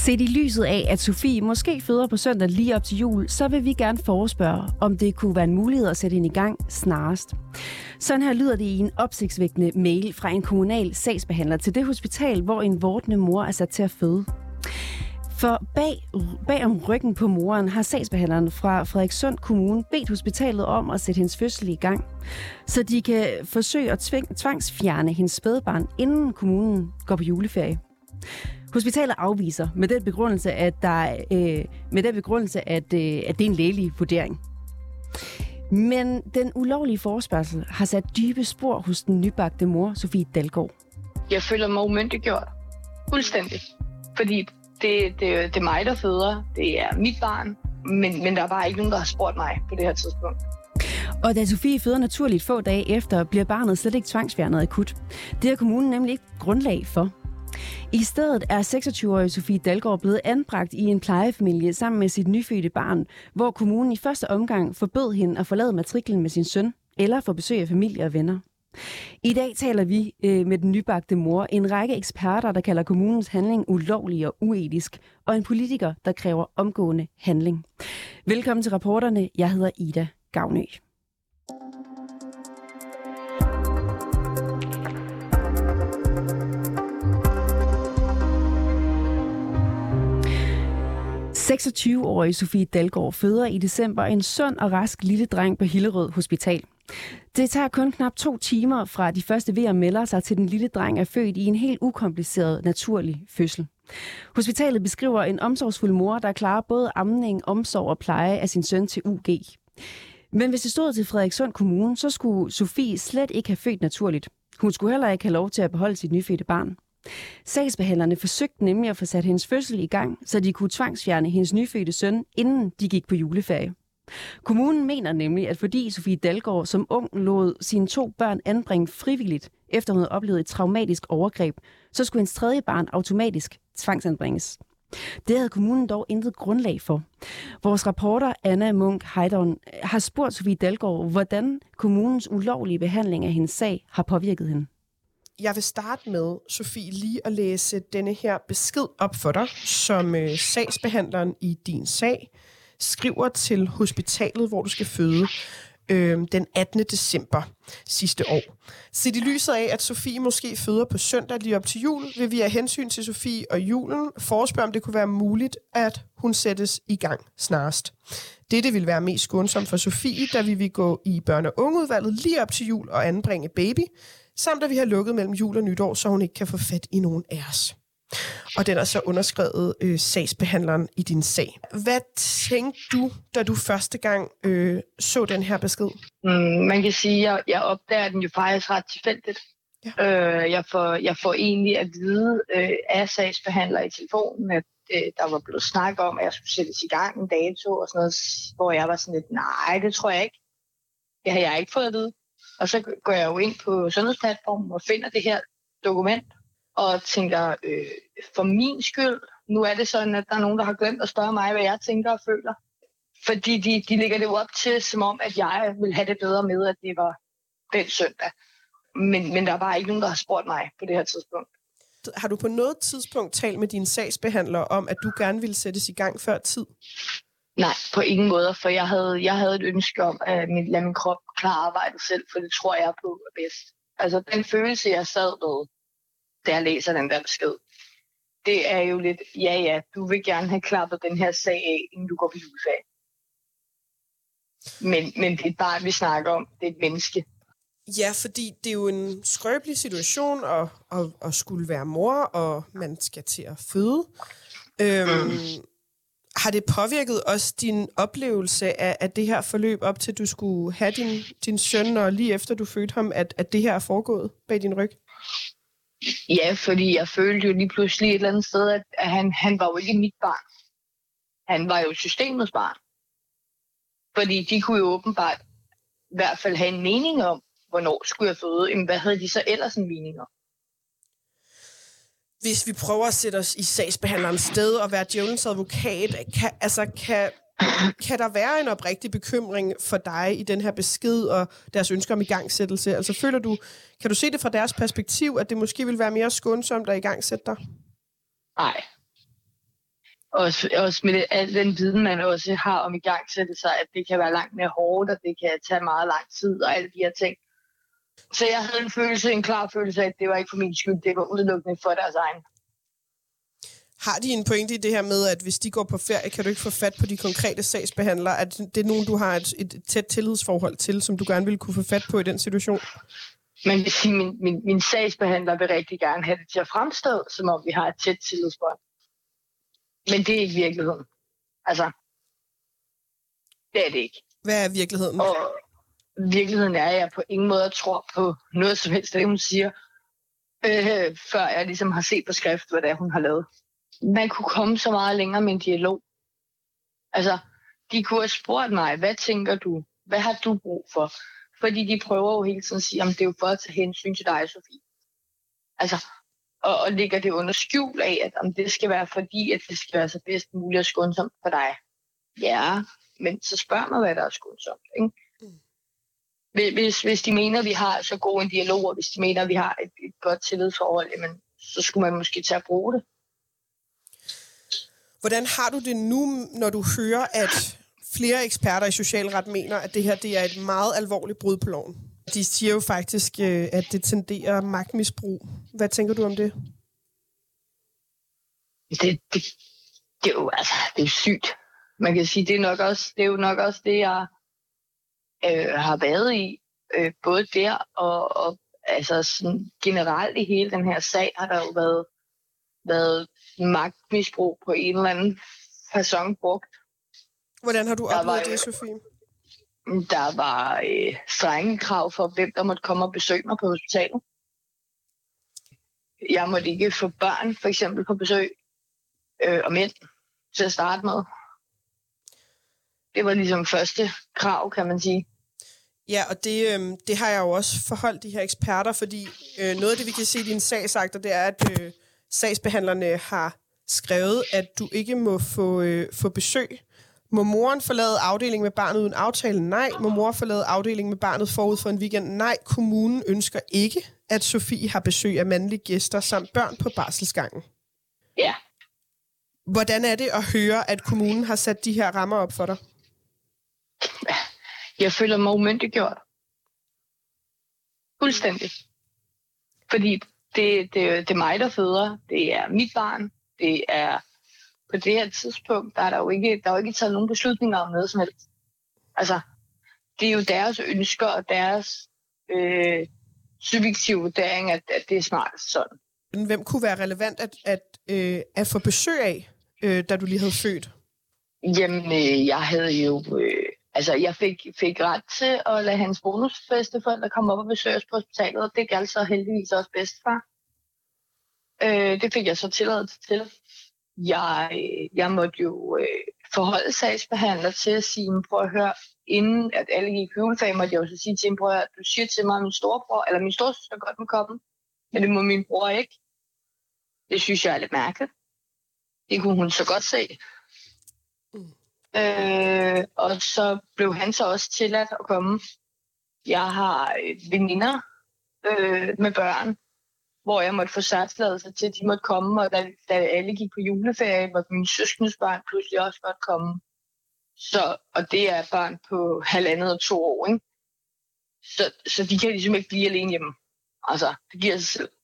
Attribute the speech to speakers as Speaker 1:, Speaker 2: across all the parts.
Speaker 1: Set i lyset af, at Sofie måske føder på søndag lige op til jul, så vil vi gerne forespørge, om det kunne være en mulighed at sætte hende i gang snarest. Sådan her lyder det i en opsigtsvækkende mail fra en kommunal sagsbehandler til det hospital, hvor en vordende mor er sat til at føde. For bag om ryggen på moren har sagsbehandleren fra Frederikssund Kommune bedt hospitalet om at sætte hendes fødsel i gang, så de kan forsøge at tvangsfjerne hendes spædbarn, inden kommunen går på juleferie. Hospitalet afviser med den begrundelse, at det er en lægelig vurdering. Men den ulovlige forespørgsel har sat dybe spor hos den nybagte mor, Sofie Dalgaard.
Speaker 2: Jeg føler mig umyndiggjort. Fuldstændig. Fordi det er mig, der føder. Det er mit barn. Men der er bare ikke nogen, der har spurgt mig på det her tidspunkt.
Speaker 1: Og da Sofie føder naturligt få dage efter, bliver barnet slet ikke tvangsfjernet akut. Det har kommunen nemlig ikke grundlag for. I stedet er 26-årige Sofie Dalgaard blevet anbragt i en plejefamilie sammen med sit nyfødte barn, hvor kommunen i første omgang forbød hende at forlade matriklen med sin søn eller få besøg af familie og venner. I dag taler vi med den nybagte mor, en række eksperter, der kalder kommunens handling ulovlig og uetisk, og en politiker, der kræver omgående handling. Velkommen til Reporterne. Jeg hedder Ida Gavnø. – 26-årige Sofie Dalgaard føder i december en sund og rask lille dreng på Hillerød Hospital. Det tager kun knap 2 timer fra de første ved at melde sig til den lille dreng er født i en helt ukompliceret naturlig fødsel. Hospitalet beskriver en omsorgsfuld mor, der klarer både amning, omsorg og pleje af sin søn til UG. Men hvis det stod til Frederikssund Kommune, så skulle Sofie slet ikke have født naturligt. Hun skulle heller ikke have lov til at beholde sit nyfødte barn. Sagsbehandlerne forsøgte nemlig at få sat hendes fødsel i gang, så de kunne tvangsfjerne hendes nyfødte søn, inden de gik på juleferie. Kommunen mener nemlig, at fordi Sofie Dalgaard som ung lod sine 2 børn anbringe frivilligt, efter hun havde oplevet et traumatisk overgreb, så skulle hendes 3. barn automatisk tvangsanbringes. Det havde kommunen dog intet grundlag for. Vores reporter Anna Munk Heidorn har spurgt Sofie Dalgaard, hvordan kommunens ulovlige behandling af hendes sag har påvirket hende.
Speaker 3: Jeg vil starte med, Sofie, lige at læse denne her besked op for dig, som sagsbehandleren i din sag skriver til hospitalet, hvor du skal føde den 18. december sidste år. Set i lyset af, at Sofie måske føder på søndag lige op til jul, vil vi af hensyn til Sofie og julen forespørge, om det kunne være muligt, at hun sættes i gang snarest. Dette vil være mest skånsomt for Sofie, da vi vil gå i børne- og ungeudvalget lige op til jul og anbringe baby, samt at vi har lukket mellem jul og nytår, så hun ikke kan få fat i nogen af os. Og den er så underskrevet sagsbehandleren i din sag. Hvad tænkte du, da du første gang så den her besked?
Speaker 2: Man kan sige, at jeg opdager den jo faktisk ret tilfældigt. Ja. Jeg får egentlig at vide af sagsbehandler i telefonen, at der var blevet snakket om, at jeg skulle sættes i gang en dato og sådan noget, hvor jeg var sådan lidt, nej, det tror jeg ikke. Det har jeg ikke fået at vide. Og så går jeg jo ind på sundhedsplatformen og finder det her dokument og tænker, for min skyld, nu er det sådan, at der er nogen, der har glemt at spørge mig, hvad jeg tænker og føler. Fordi de lægger det jo op til, som om, at jeg vil have det bedre med, at det var den søndag. Men der er bare ikke nogen, der har spurgt mig på det her tidspunkt.
Speaker 3: Har du på noget tidspunkt talt med dine sagsbehandler om, at du gerne ville sættes i gang før tid?
Speaker 2: Nej, på ingen måde, for jeg havde et ønske om at lade min krop klare arbejdet selv, for det tror jeg på er bedst. Altså den følelse, jeg sad med, da jeg læser den der besked, det er jo lidt, ja, du vil gerne have klappet den her sag af, inden du går på juleferie. Men det er et barn, vi snakker om. Det er et menneske.
Speaker 3: Ja, fordi det er jo en skrøbelig situation at skulle være mor, og man skal til at føde. Har det påvirket også din oplevelse af det her forløb op til, du skulle have din søn, og lige efter du fødte ham, at det her er foregået bag din ryg?
Speaker 2: Ja, fordi jeg følte jo lige pludselig et eller andet sted, at han var jo ikke mit barn. Han var jo systemets barn. Fordi de kunne jo åbenbart i hvert fald have en mening om, hvornår skulle jeg føde. Jamen, hvad havde de så ellers en mening om?
Speaker 3: Hvis vi prøver at sætte os i sagsbehandlerens sted og være djævelens advokat, kan der være en oprigtig bekymring for dig i den her besked og deres ønsker om igangsættelse? Altså kan du se det fra deres perspektiv, at det måske vil være mere skånsomt at igangsætte dig?
Speaker 2: Nej. også med al den viden, man også har om igangsættelse, at det kan være langt mere hårdt, og det kan tage meget lang tid, og alle de her ting. Så jeg havde en klar følelse af, at det var ikke for min skyld, det var udelukkende for deres egen.
Speaker 3: Har de en pointe i det her med, at hvis de går på ferie, kan du ikke få fat på de konkrete sagsbehandlere? At det er nogen, du har et tæt tillidsforhold til, som du gerne ville kunne få fat på i den situation?
Speaker 2: Man vil sige, min sagsbehandler vil rigtig gerne have det til at fremstå, som om vi har et tæt tillidsbånd. Men det er ikke virkeligheden. Altså, det er det ikke.
Speaker 3: Hvad er virkeligheden?
Speaker 2: Og virkeligheden er, at jeg på ingen måde tror på noget som helst, det hun siger, før jeg ligesom har set på skrift, hvad det er, hun har lavet. Man kunne komme så meget længere med en dialog. Altså, de kunne have spurgt mig, hvad tænker du? Hvad har du brug for? Fordi de prøver jo hele tiden at sige, at det er jo for at tage hensyn til dig, Sofie. Altså, og ligger det under skjul af, at om det skal være fordi, at det skal være så bedst muligt og skånsomt for dig. Ja, men så spørg mig, hvad der er skånsomt, ikke? Hvis de mener, at vi har så god en dialog, og hvis de mener, at vi har et godt tillidsforhold, jamen, så skulle man måske tage at bruge det.
Speaker 3: Hvordan har du det nu, når du hører, at flere eksperter i socialret mener, at det her det er et meget alvorligt brud på loven? De siger jo faktisk, at det tenderer magtmisbrug. Hvad tænker du om det?
Speaker 2: Det er jo altså, det er sygt. Man kan sige, det er jo nok også det, jeg har været i. Både der og altså sådan generelt i hele den her sag har der jo været magtmisbrug på en eller anden facon brugt.
Speaker 3: Hvordan har du oplevet det, Sofie?
Speaker 2: Der var strenge krav for, hvem der måtte komme og besøge mig på hospitalet. Jeg måtte ikke få børn, for eksempel, på besøg, og mænd til at starte med. Det var ligesom første krav, kan man sige.
Speaker 3: Ja, og det har jeg jo også forholdt de her eksperter, fordi noget af det, vi kan se i dine sagsakter, det er, at sagsbehandlerne har skrevet, at du ikke må få besøg. Må moren forlade afdelingen med barnet uden aftale? Nej. Må mor forlade afdelingen med barnet forud for en weekend? Nej. Kommunen ønsker ikke, at Sofie har besøg af mandlige gæster samt børn på barselsgangen.
Speaker 2: Ja.
Speaker 3: Hvordan er det at høre, at kommunen har sat de her rammer op for dig?
Speaker 2: Jeg føler mig umyndiggjort. Fuldstændig. Fordi det er mig, der føder. Det er mit barn. Det er på det her tidspunkt, der er jo ikke taget nogen beslutninger om noget som helst. Altså, det er jo deres ønsker og deres subjektive vurdering, at det er smartest sådan.
Speaker 3: Hvem kunne være relevant at få besøg af, da du lige havde født?
Speaker 2: Jamen, jeg havde jo... jeg fik ret til at lade hans bonusbedsteforældre komme op og besøge os på hospitalet, og det galt så heldigvis også bedstefar. Det fik jeg så tilladelse til. Jeg måtte jo forholde sagsbehandler til at sige, prøv at høre, inden at alle gik i juleferie, måtte jeg jo så sige til hende, prøv at høre, du siger til mig, at min storebror, eller min storesøster godt må komme, men det må min bror ikke. Det synes jeg er lidt mærkeligt. Det kunne hun så godt se. Og så blev han så også tilladt at komme. Jeg har veninder med børn, hvor jeg måtte få særtilladelse til, at de måtte komme, og da alle gik på juleferie, måtte mine søskendes børn pludselig også godt komme. Og det er børn på 1,5 og 2 år, ikke? Så de kan ligesom ikke blive alene hjemme. Altså, det giver sig selv.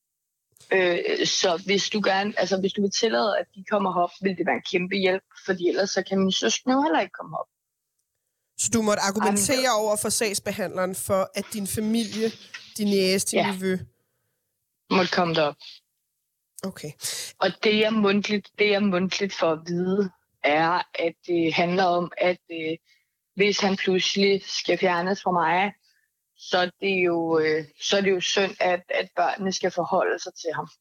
Speaker 2: Så hvis du vil tillade, at de kommer op, vil det være en kæmpe hjælp, fordi ellers så kan mine søskende jo heller ikke komme op.
Speaker 3: Så du måtte argumentere over for sagsbehandleren for, at din familie, din næste, din nevø,
Speaker 2: måtte komme derop.
Speaker 3: Okay.
Speaker 2: Og det jeg mundtligt for at vide, er, at det handler om, at hvis han pludselig skal fjernes fra mig, så er det jo synd, at børnene skal forholde sig til ham.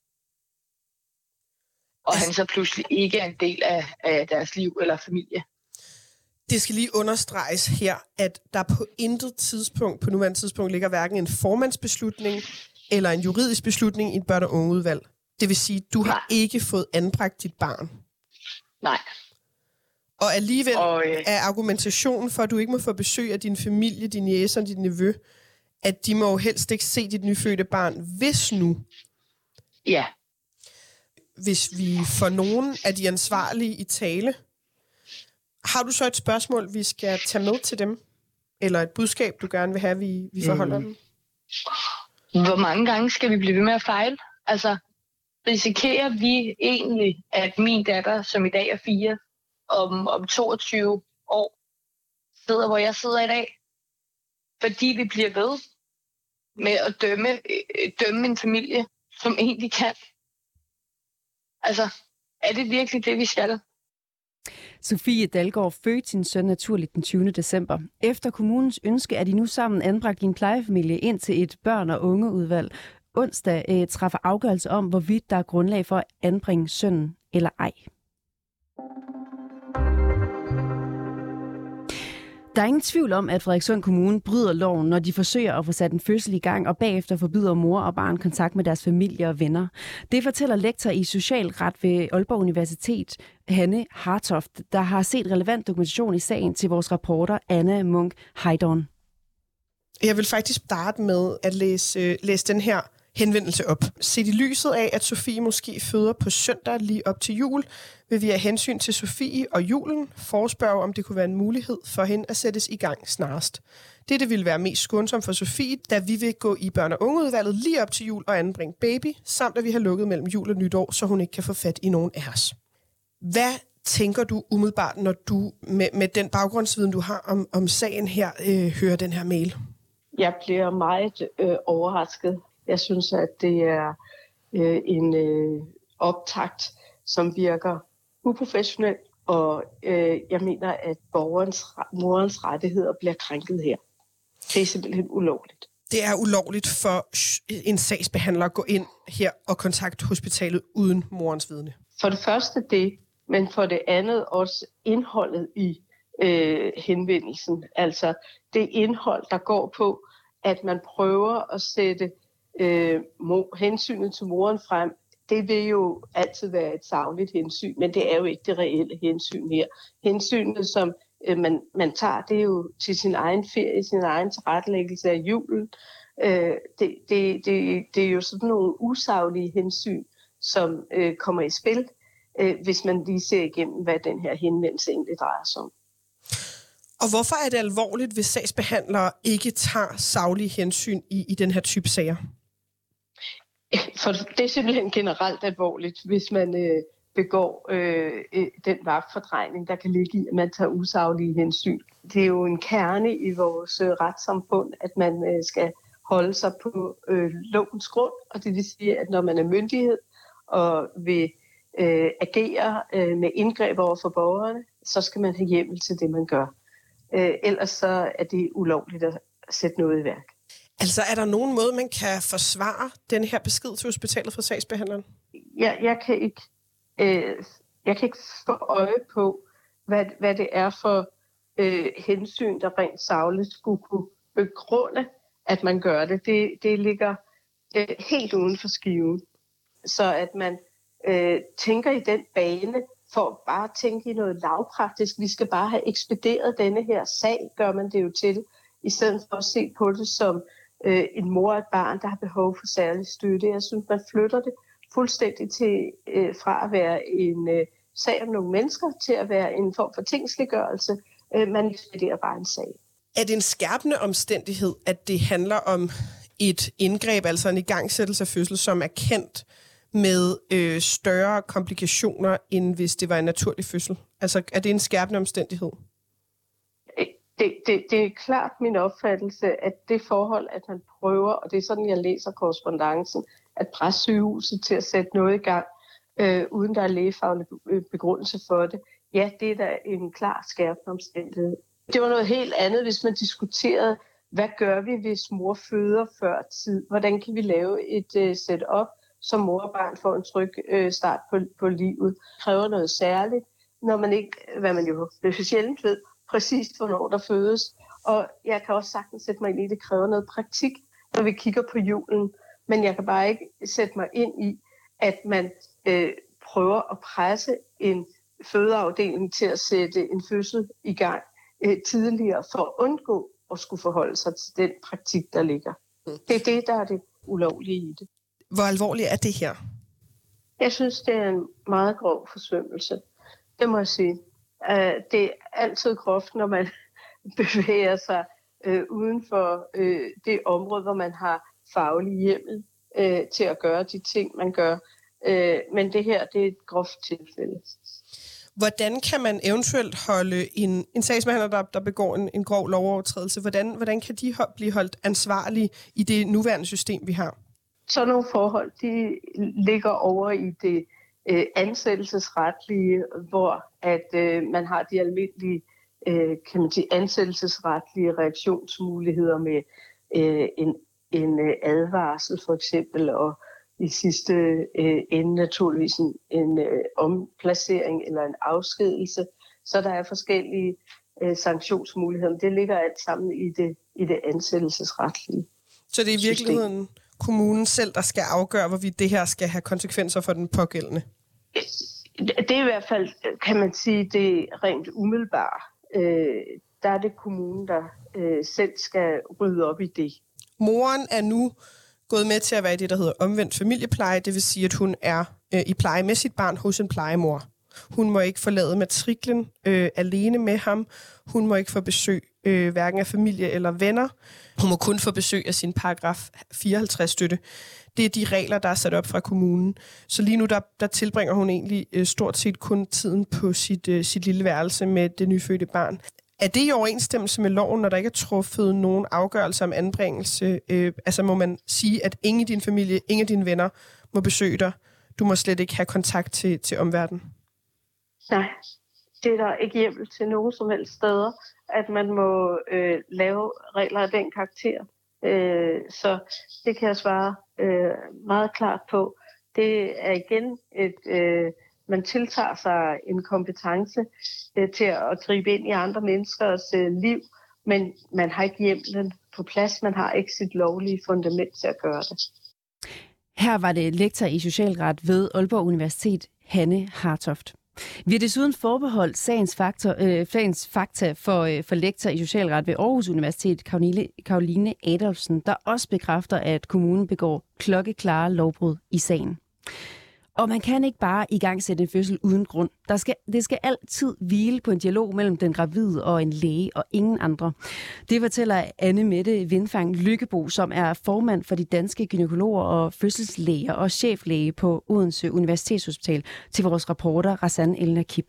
Speaker 2: Og han så pludselig ikke er en del af deres liv eller familie.
Speaker 3: Det skal lige understreges her, at der på intet tidspunkt, på nuværende tidspunkt, ligger hverken en formandsbeslutning eller en juridisk beslutning i et børn- og ungeudvalg. Det vil sige, at du har ikke fået anbragt dit barn.
Speaker 2: Nej.
Speaker 3: Og alligevel er argumentationen for, at du ikke må få besøg af din familie, din jæser og din nevø, at de må jo helst ikke se dit nyfødte barn, hvis nu.
Speaker 2: Ja.
Speaker 3: hvis vi får nogen af de ansvarlige i tale. Har du så et spørgsmål, vi skal tage med til dem? Eller et budskab, du gerne vil have, vi forholder dem?
Speaker 2: Hvor mange gange skal vi blive ved med at fejle? Altså, risikerer vi egentlig, at min datter, som i dag er 4, om 22 år, sidder, hvor jeg sidder i dag? Fordi vi bliver ved med at dømme en familie, som egentlig kan. Altså, er det virkelig det, vi skal?
Speaker 1: Sofie Dalgaard fødte sin søn naturligt den 20. december. Efter kommunens ønske er de nu sammen anbragt i en plejefamilie ind til et børn- og ungeudvalg. Onsdag træffer afgørelse om, hvorvidt der er grundlag for at anbringe sønnen eller ej. Der er ingen tvivl om, at Frederikssund Kommune bryder loven, når de forsøger at få sat en fødsel i gang, og bagefter forbyder mor og barn kontakt med deres familie og venner. Det fortæller lektor i socialret ved Aalborg Universitet, Hanne Hartoft, der har set relevant dokumentation i sagen til vores reporter Anna Munk Heidorn.
Speaker 3: Jeg vil faktisk starte med at læse den her henvendelse op. Set i lyset af, at Sofie måske føder på søndag lige op til jul, vil vi af hensyn til Sofie og julen forespørge, om det kunne være en mulighed for hende at sættes i gang snarest. Dette ville være mest skånsomt for Sofie, da vi vil gå i børn- og ungeudvalget lige op til jul og anbringe baby, samt at vi har lukket mellem jul og nytår, så hun ikke kan få fat i nogen af os. Hvad tænker du umiddelbart, når du med den baggrundsviden, du har om sagen her, hører den her mail?
Speaker 4: Jeg bliver meget overrasket. Jeg synes, at det er en optakt, som virker uprofessionelt, og jeg mener, at morens rettigheder bliver krænket her. Det er simpelthen ulovligt.
Speaker 3: Det er ulovligt for en sagsbehandler at gå ind her og kontakte hospitalet uden morens vidne.
Speaker 4: For det første det, men for det andet også indholdet i henvendelsen. Altså det indhold, der går på, at man prøver at sætte hensynet til moren frem. Det vil jo altid være et sagligt hensyn, men det er jo ikke det reelle hensyn her. Hensynet, som man tager, det er jo til sin egen ferie, sin egen tilrettelæggelse af julen. Det er jo sådan nogle usaglige hensyn, som kommer i spil, hvis man lige ser igennem, hvad den her henvendelse egentlig drejer sig om.
Speaker 3: Og hvorfor er det alvorligt, hvis sagsbehandlere ikke tager saglige hensyn i den her type sager?
Speaker 4: For det er simpelthen generelt alvorligt, hvis man begår den vagtfordrejning, der kan ligge i, at man tager usaglige hensyn. Det er jo en kerne i vores retssamfund, at man skal holde sig på lovens grund, og det vil sige, at når man er myndighed og vil agere med indgreb over for borgerne, så skal man have hjemmel til det, man gør. Ellers så er det ulovligt at sætte noget i værk.
Speaker 3: Altså, er der nogen måde, man kan forsvare den her besked til hospitalet fra sagsbehandleren?
Speaker 4: Jeg kan ikke få øje på, hvad det er for hensyn, der rent sagligt skulle kunne begrunde, at man gør det. Det ligger helt uden for skiven. Så at man tænker i den bane, for bare at tænke i noget lavpraktisk. Vi skal bare have ekspederet denne her sag, gør man det jo til, i stedet for at se på det som en mor og et barn, der har behov for særlig støtte. Jeg synes, man flytter det fuldstændig fra at være en sag om nogle mennesker, til at være en form for tingsliggørelse. Man ekspederer bare en sag.
Speaker 3: Er det en skærpende omstændighed, at det handler om et indgreb, altså en igangsættelse af fødsel, som er kendt med større komplikationer, end hvis det var en naturlig fødsel? Altså, er det en skærpende omstændighed?
Speaker 4: Det er klart min opfattelse, at det forhold, at man prøver, og det er sådan, jeg læser korrespondancen, at presse sygehuset til at sætte noget i gang, uden der er lægefaglig begrundelse for det, ja, det er da en klar skærpende omstændighed. Det var noget helt andet, hvis man diskuterede, hvad gør vi, hvis mor føder før tid? Hvordan kan vi lave et setup, så mor og barn får en tryg start på livet? Det kræver noget særligt, når man ikke, hvad man jo sjældent ved, præcis hvornår der fødes. Og jeg kan også sagtens sætte mig ind i, det kræver noget praktik, når vi kigger på julen. Men jeg kan bare ikke sætte mig ind i, at man prøver at presse en fødeafdeling til at sætte en fødsel i gang tidligere, for at undgå at skulle forholde sig til den praktik, der ligger. Det er det, der er det ulovlige i det.
Speaker 3: Hvor alvorligt er det her?
Speaker 4: Jeg synes, det er en meget grov forsømmelse. Det må jeg sige. Det er altid groft, når man bevæger sig uden for det område, hvor man har faglig hjemmel til at gøre de ting, man gør. Men det her, det er et groft tilfælde.
Speaker 3: Hvordan kan man eventuelt holde en sagsbehandler, der begår en grov lovovertrædelse, hvordan kan de blive holdt ansvarlige i det nuværende system, vi har?
Speaker 4: Sådan nogle forhold, de ligger over i det ansættelsesretlige, hvor at man har de almindelige kan man sige, ansættelsesretlige reaktionsmuligheder med en advarsel for eksempel, og i sidste ende naturligvis en omplacering eller en afskedelse. Så der er forskellige sanktionsmuligheder, men det ligger alt sammen i det ansættelsesretlige.
Speaker 3: Så det er i virkeligheden kommunen selv, der skal afgøre, hvorvidt det her skal have konsekvenser for den pågældende?
Speaker 4: Det er i hvert fald, kan man sige, det rent umiddelbare. Der er det kommunen, der selv skal rydde op i det.
Speaker 3: Moren er nu gået med til at være i det, der hedder omvendt familiepleje. Det vil sige, at hun er i pleje med sit barn hos en plejemor. Hun må ikke forlade matriklen alene med ham. Hun må ikke få besøg hverken af familie eller venner. Hun må kun få besøg af sin paragraf 54-støtte. Det er de regler, der er sat op fra kommunen. Så lige nu, der tilbringer hun egentlig stort set kun tiden på sit lille værelse med det nyfødte barn. Er det i overensstemmelse med loven, når der ikke er truffet nogen afgørelse om anbringelse? Altså må man sige, at ingen i din familie, ingen af dine venner må besøge dig? Du må slet ikke have kontakt til omverdenen?
Speaker 4: Nej, det er der ikke hjemmel til nogen som helst steder, at man må lave regler af den karakter. Så det kan jeg svare meget klart på. Det er igen man tiltager sig en kompetence til at gribe ind i andre menneskers liv, men man har ikke hjemmelen på plads, man har ikke sit lovlige fundament til at gøre det.
Speaker 1: Her var det lektor i socialret ved Aalborg Universitet, Hanne Hartoft. Vi har desuden forbeholdt sagens fakta for lektor i socialret ved Aarhus Universitet, Caroline Adolfsen, der også bekræfter, at kommunen begår klokkeklare lovbrud i sagen. Og man kan ikke bare igangsætte en fødsel uden grund. Det skal altid hvile på en dialog mellem den gravide og en læge og ingen andre. Det fortæller Anne Mette Vindfang Lykkebo, som er formand for de danske gynækologer og fødselslæger og cheflæge på Odense Universitetshospital, til vores reporter Razan Elna Kip.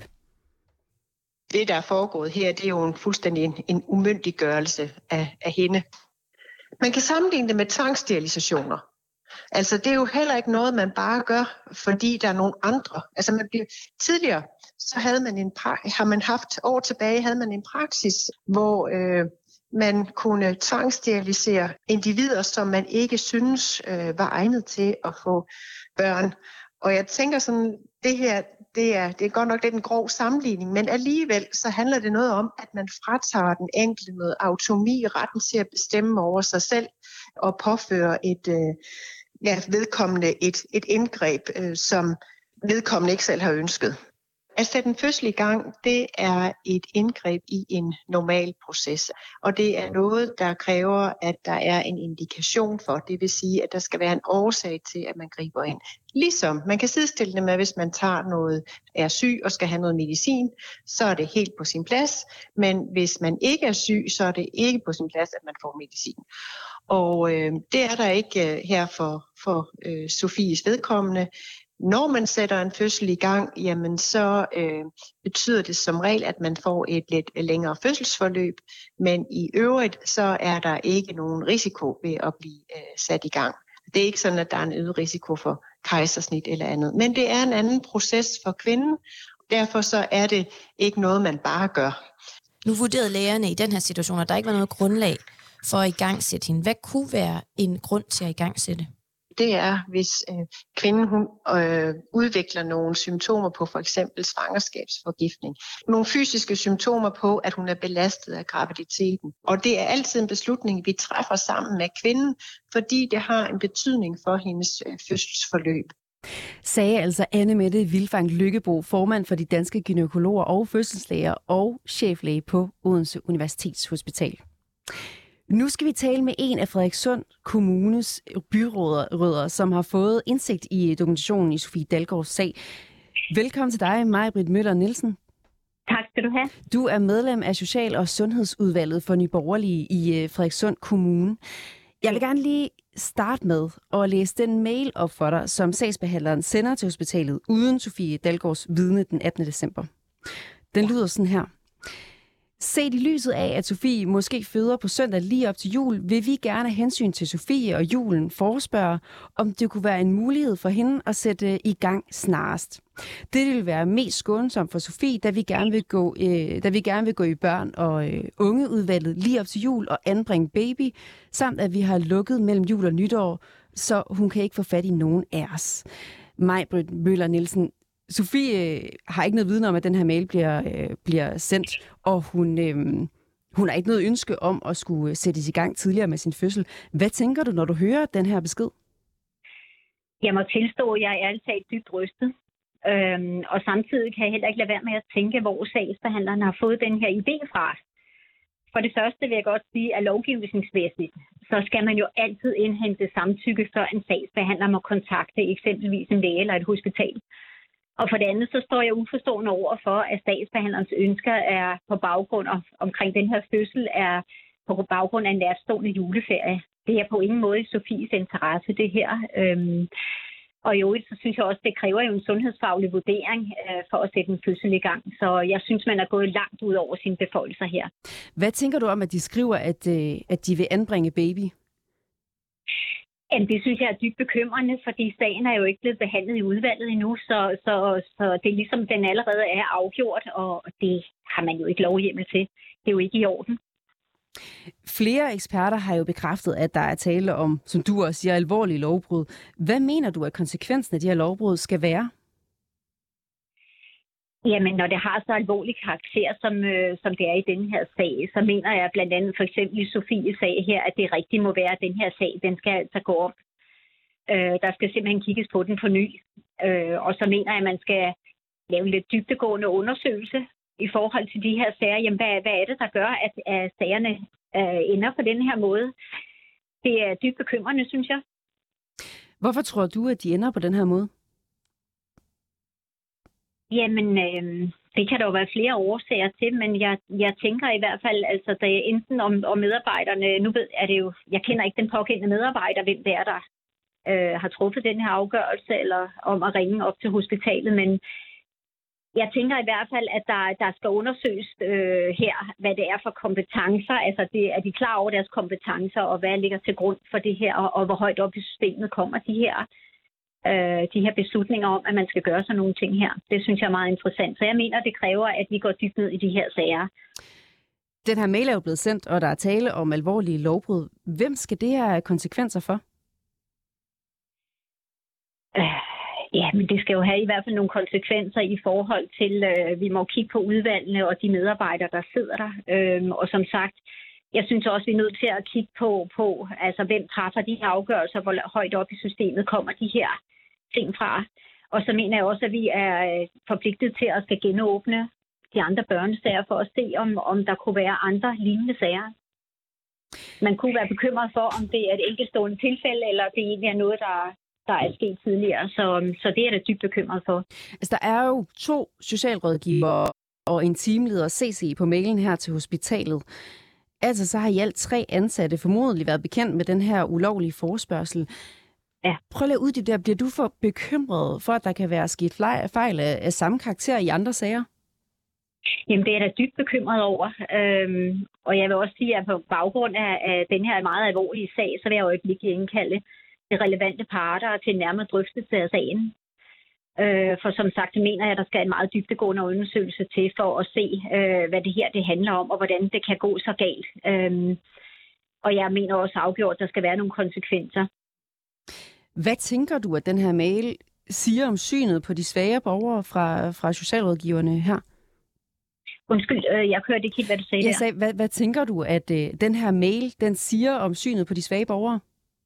Speaker 5: Det, der er foregået her, det er jo fuldstændig en umyndiggørelse af hende. Man kan sammenligne det med tvangssterilisationer. Altså, det er jo heller ikke noget, man bare gør, fordi der er nogle andre. Altså, tidligere, så havde man år tilbage, havde man en praksis, hvor man kunne tvangssterilisere individer, som man ikke synes var egnet til at få børn. Og jeg tænker sådan, det her, det er godt nok lidt en grov sammenligning, men alligevel så handler det noget om, at man fratager den enkelte noget autonomi, retten til at bestemme over sig selv og påføre vedkommende et indgreb, som vedkommende ikke selv har ønsket. At sætte en fødsel i gang, det er et indgreb i en normal proces, og det er noget, der kræver, at der er en indikation for. Det vil sige, at der skal være en årsag til, at man griber ind. Ligesom man kan sidestille det med, hvis man er syg og skal have noget medicin, så er det helt på sin plads. Men hvis man ikke er syg, så er det ikke på sin plads, at man får medicin. Og det er der ikke her for Sofies vedkommende. Når man sætter en fødsel i gang, jamen så betyder det som regel, at man får et lidt længere fødselsforløb, men i øvrigt så er der ikke nogen risiko ved at blive sat i gang. Det er ikke sådan, at der er en øget risiko for kejsersnit eller andet, men det er en anden proces for kvinden. Derfor så er det ikke noget, man bare gør.
Speaker 6: Nu vurderede lægerne i den her situation, at der ikke var noget grundlag for at igangsætte hende. Hvad kunne være en grund til at igangsætte?
Speaker 5: Det er, hvis kvinden udvikler nogle symptomer på for eksempel svangerskabsforgiftning. Nogle fysiske symptomer på, at hun er belastet af graviditeten. Og det er altid en beslutning, vi træffer sammen med kvinden, fordi det har en betydning for hendes fødselsforløb.
Speaker 1: Sagde altså Anne Mette Vindfang Lykkebo, formand for de danske gynækologer og fødselslæger og cheflæge på Odense Universitetshospital. Nu skal vi tale med en af Frederikssund Kommunes byråder, som har fået indsigt i dokumentationen i Sofie Dalgaards sag. Velkommen til dig, Maj-Britt Møller Nielsen.
Speaker 7: Tak skal du have.
Speaker 1: Du er medlem af Social- og Sundhedsudvalget for Nye Borgerlige i Frederikssund Kommune. Jeg vil gerne lige starte med at læse den mail op for dig, som sagsbehandleren sender til hospitalet uden Sofie Dalgaards vidne den 18. december. Den lyder sådan her. Set i lyset af, at Sofie måske føder på søndag lige op til jul, vil vi gerne have hensyn til Sofie og julen forespørge, om det kunne være en mulighed for hende at sætte i gang snarest. Det vil være mest skånsomt for Sofie, da vi gerne vil gå i børn- og ungeudvalget lige op til jul og anbringe baby, samt at vi har lukket mellem jul og nytår, så hun kan ikke få fat i nogen af os. Maj-Britt Møller Nielsen, Sofie har ikke noget viden om, at den her mail bliver sendt, og hun har ikke noget ønske om at skulle sættes i gang tidligere med sin fødsel. Hvad tænker du, når du hører den her besked?
Speaker 7: Jeg må tilstå, at jeg er ærligt talt dybt rystet. Og samtidig kan jeg heller ikke lade være med at tænke, hvor sagsbehandleren har fået den her idé fra. For det første vil jeg godt sige, at lovgivningsmæssigt, så skal man jo altid indhente samtykke, før en sagsbehandler må kontakte eksempelvis en læge eller et hospital. Og for det andet, så står jeg uforstående over for, at sagsbehandlerens ønsker er på baggrund omkring den her fødsel, er på baggrund af en nærtstående juleferie. Det er på ingen måde i Sofies interesse, det her. Og i øvrigt, så synes jeg også, det kræver jo en sundhedsfaglig vurdering for at sætte en fødsel i gang. Så jeg synes, man er gået langt ud over sine beføjelser her.
Speaker 1: Hvad tænker du om, at de skriver, at de vil anbringe baby?
Speaker 7: Jamen, det synes jeg er dybt bekymrende, fordi sagen er jo ikke blevet behandlet i udvalget endnu, så det er ligesom, den allerede er afgjort, og det har man jo ikke lovhjemmel til. Det er jo ikke i orden.
Speaker 1: Flere eksperter har jo bekræftet, at der er tale om, som du også siger, alvorlige lovbrud. Hvad mener du, at konsekvensen af de her lovbrud skal være?
Speaker 7: Jamen, når det har så alvorlig karakter, som det er i denne her sag, så mener jeg blandt andet for eksempel i Sofies sag her, at det rigtige må være, at den her sag, den skal altså gå op. Der skal simpelthen kigges på den på ny. Og så mener jeg, at man skal lave lidt dybdegående undersøgelse i forhold til de her sager. Jamen, hvad er det, der gør, at sagerne ender på den her måde? Det er dybt bekymrende, synes jeg.
Speaker 1: Hvorfor tror du, at de ender på den her måde?
Speaker 7: Jamen, det kan der jo være flere årsager til, men jeg tænker i hvert fald, altså, det er enten om medarbejderne, nu er det jo, jeg kender ikke den pågældende medarbejder, hvem det er, der har truffet den her afgørelse, eller om at ringe op til hospitalet, men jeg tænker i hvert fald, at der skal undersøges her, hvad det er for kompetencer, altså er de klar over deres kompetencer, og hvad ligger til grund for det her, og hvor højt op i systemet kommer de her beslutninger om, at man skal gøre sådan nogle ting her. Det synes jeg er meget interessant. Så jeg mener, det kræver, at vi går dybt ned i de her sager.
Speaker 1: Den her mail er jo blevet sendt, og der er tale om alvorlige lovbrud. Hvem skal det have konsekvenser for?
Speaker 7: Ja, men det skal jo have i hvert fald nogle konsekvenser i forhold til, vi må kigge på udvalgene og de medarbejdere, der sidder der. Og som sagt, jeg synes også, vi er nødt til at kigge på altså, hvem træffer de her afgørelser, hvor højt op i systemet kommer de her ting fra. Og så mener jeg også, at vi er forpligtet til at skal genåbne de andre børnesager for at se, om der kunne være andre lignende sager. Man kunne være bekymret for, om det er et enkeltstående tilfælde, eller det egentlig er noget, der er sket tidligere. Så det er jeg da dybt bekymret for.
Speaker 1: Altså, der er jo 2 socialrådgivere og en teamleder CC på mailen her til hospitalet. Altså, så har i alt 3 ansatte formodentlig været bekendt med den her ulovlige forespørgsel.
Speaker 7: Ja.
Speaker 1: Prøv lige at uddybe der. Bliver du for bekymret for, at der kan være sket fejl af samme karakter i andre sager?
Speaker 7: Jamen, det er jeg da dybt bekymret over. Og jeg vil også sige, at på baggrund af den her meget alvorlige sag, så vil jeg jo ikke indkalde de relevante parter til en nærmere drøftelse af sagen. For som sagt, mener jeg, at der skal en meget dybdegående undersøgelse til for at se, hvad det her det handler om, og hvordan det kan gå så galt. Og jeg mener også afgjort, at der skal være nogle konsekvenser.
Speaker 1: Hvad tænker du, at den her mail siger om synet på de svage borgere fra socialrådgiverne her?
Speaker 7: Undskyld, jeg hørte ikke helt, hvad du sagde der.
Speaker 1: Jeg sagde, hvad tænker du, at den her mail den siger om synet på de svage borgere?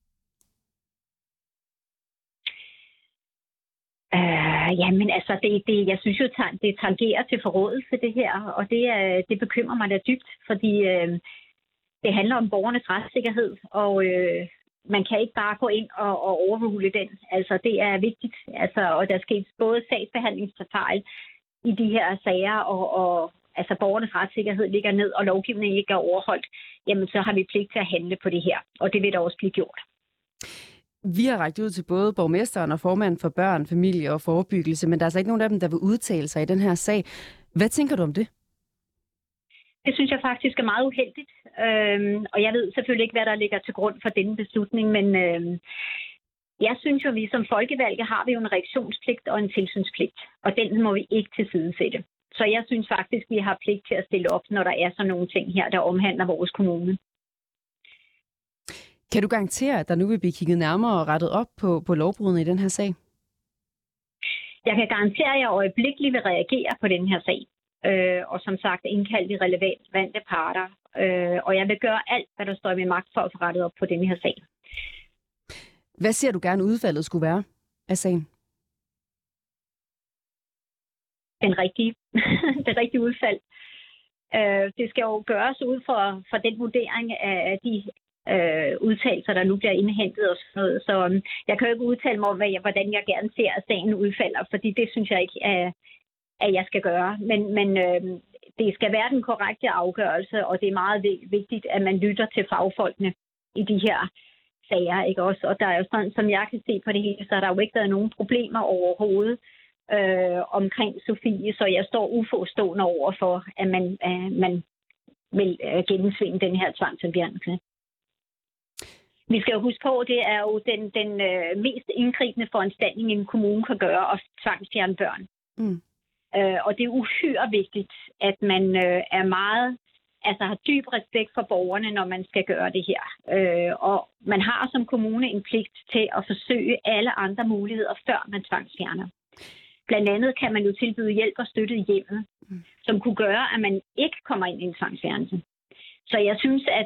Speaker 7: Jamen altså, jeg synes jo, det tangerer til forrådelse det her, og det bekymrer mig da dybt, fordi det handler om borgernes retssikkerhed, og man kan ikke bare gå ind og overrule den. Altså, det er vigtigt. Altså, og der sker både sagsbehandlingsfejl i de her sager, og altså borgernes retssikkerhed ligger ned, og lovgivningen ikke er overholdt, jamen så har vi pligt til at handle på det her, og det vil der også blive gjort.
Speaker 1: Vi har rækket ud til både borgmesteren og formanden for børn, familie og forebyggelse, men der er altså ikke nogen af dem, der vil udtale sig i den her sag. Hvad tænker du om det?
Speaker 7: Det synes jeg faktisk er meget uheldigt, og jeg ved selvfølgelig ikke, hvad der ligger til grund for denne beslutning, men jeg synes jo, at vi som folkevalgte har vi jo en reaktionspligt og en tilsynspligt, og den må vi ikke tilsidesætte. Så jeg synes faktisk, at vi har pligt til at stille op, når der er sådan nogle ting her, der omhandler vores kommune.
Speaker 1: Kan du garantere, at der nu vil blive kigget nærmere og rettet op på lovbrudene i den her sag?
Speaker 7: Jeg kan garantere, at jeg øjeblikkeligt vil reagere på den her sag. Og som sagt indkalde de relevante parter. Og jeg vil gøre alt, hvad der står i min magt for at få rettet op på den her sag.
Speaker 1: Hvad ser du gerne udfaldet skulle være af sagen?
Speaker 7: Den rigtige udfald. Det skal jo gøres ud fra den vurdering af de udtalelser, der nu bliver indhentet og sådan noget. Så jeg kan jo ikke udtale mig om, hvordan jeg gerne ser, at sagen udfalder, fordi det synes jeg ikke, at jeg skal gøre. Men det skal være den korrekte afgørelse, og det er meget vigtigt, at man lytter til fagfolkene i de her sager, ikke også? Og der er jo sådan, som jeg kan se på det hele, så har der jo ikke været nogen problemer overhovedet omkring Sofie, så jeg står uforstående over for, at man vil gennemsvinge den her tvangsindbjørnelse. Vi skal jo huske på, at det er jo den mest indgribende foranstaltning, en kommune kan gøre, at tvangsfjerne børn. Mm. Og det er uhyre vigtigt, at man er meget, altså har dyb respekt for borgerne, når man skal gøre det her. Og man har som kommune en pligt til at forsøge alle andre muligheder, før man tvangsfjerner. Blandt andet kan man jo tilbyde hjælp og støtte i hjemmet, som kunne gøre, at man ikke kommer ind i en tvangsfjernelse. Så jeg synes, at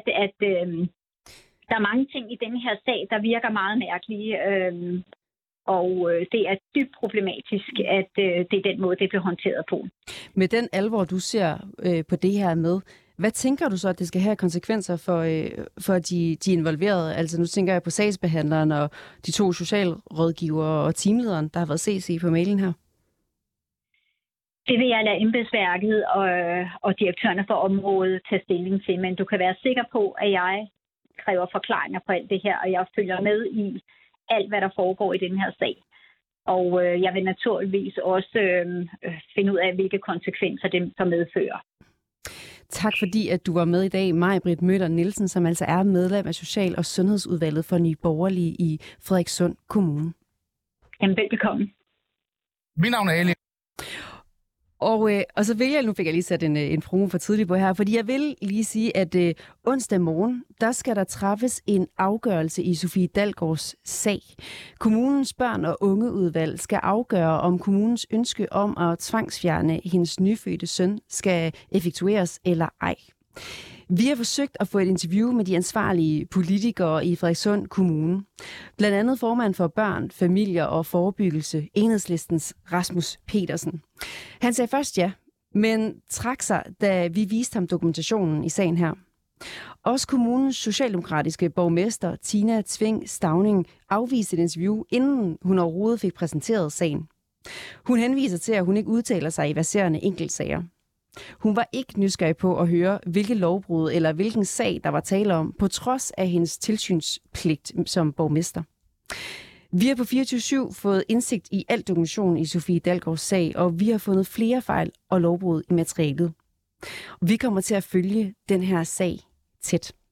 Speaker 7: der er mange ting i denne her sag, der virker meget mærkelige. Og det er dybt problematisk, at det er den måde, det bliver håndteret på.
Speaker 1: Med den alvor, du ser på det her med, hvad tænker du så, at det skal have konsekvenser for de involverede? Altså nu tænker jeg på sagsbehandleren og de 2 socialrådgivere og teamlederen, der har været CC på mailen her.
Speaker 7: Det vil jeg lade embedsværket og direktørerne for området tage stilling til, men du kan være sikker på, at jeg kræver forklaringer på alt det her, og jeg følger med i alt, hvad der foregår i den her sag. Og jeg vil naturligvis også finde ud af, hvilke konsekvenser det så medfører.
Speaker 1: Tak fordi, at du var med i dag, Maj-Britt Møller Nielsen, som altså er medlem af Social- og Sundhedsudvalget for Nye Borgerlige i Frederikssund Kommune.
Speaker 7: Jamen, velbekomme.
Speaker 8: Mit navn er Ali.
Speaker 1: Og så vil jeg, nu fik jeg lige sat en promo for tidligt på her, fordi jeg vil lige sige, at onsdag morgen, der skal der træffes en afgørelse i Sofie Dalgaards sag. Kommunens børn- og ungeudvalg skal afgøre, om kommunens ønske om at tvangsfjerne hendes nyfødte søn skal effektueres eller ej. Vi har forsøgt at få et interview med de ansvarlige politikere i Frederikssund Kommune. Blandt andet formand for børn, familier og forebyggelse, Enhedslistens Rasmus Petersen. Han sagde først ja, men trak sig, da vi viste ham dokumentationen i sagen her. Også kommunens socialdemokratiske borgmester Tina Tving Stauning afviste et interview, inden hun overhovedet fik præsenteret sagen. Hun henviser til, at hun ikke udtaler sig i verserende enkeltsager. Hun var ikke nysgerrig på at høre, hvilke lovbrud eller hvilken sag, der var tale om, på trods af hendes tilsynspligt som borgmester. Vi har på 24/7 fået indsigt i al dokumentation i Sofie Dalgaards sag, og vi har fundet flere fejl og lovbrud i materialet. Vi kommer til at følge den her sag tæt.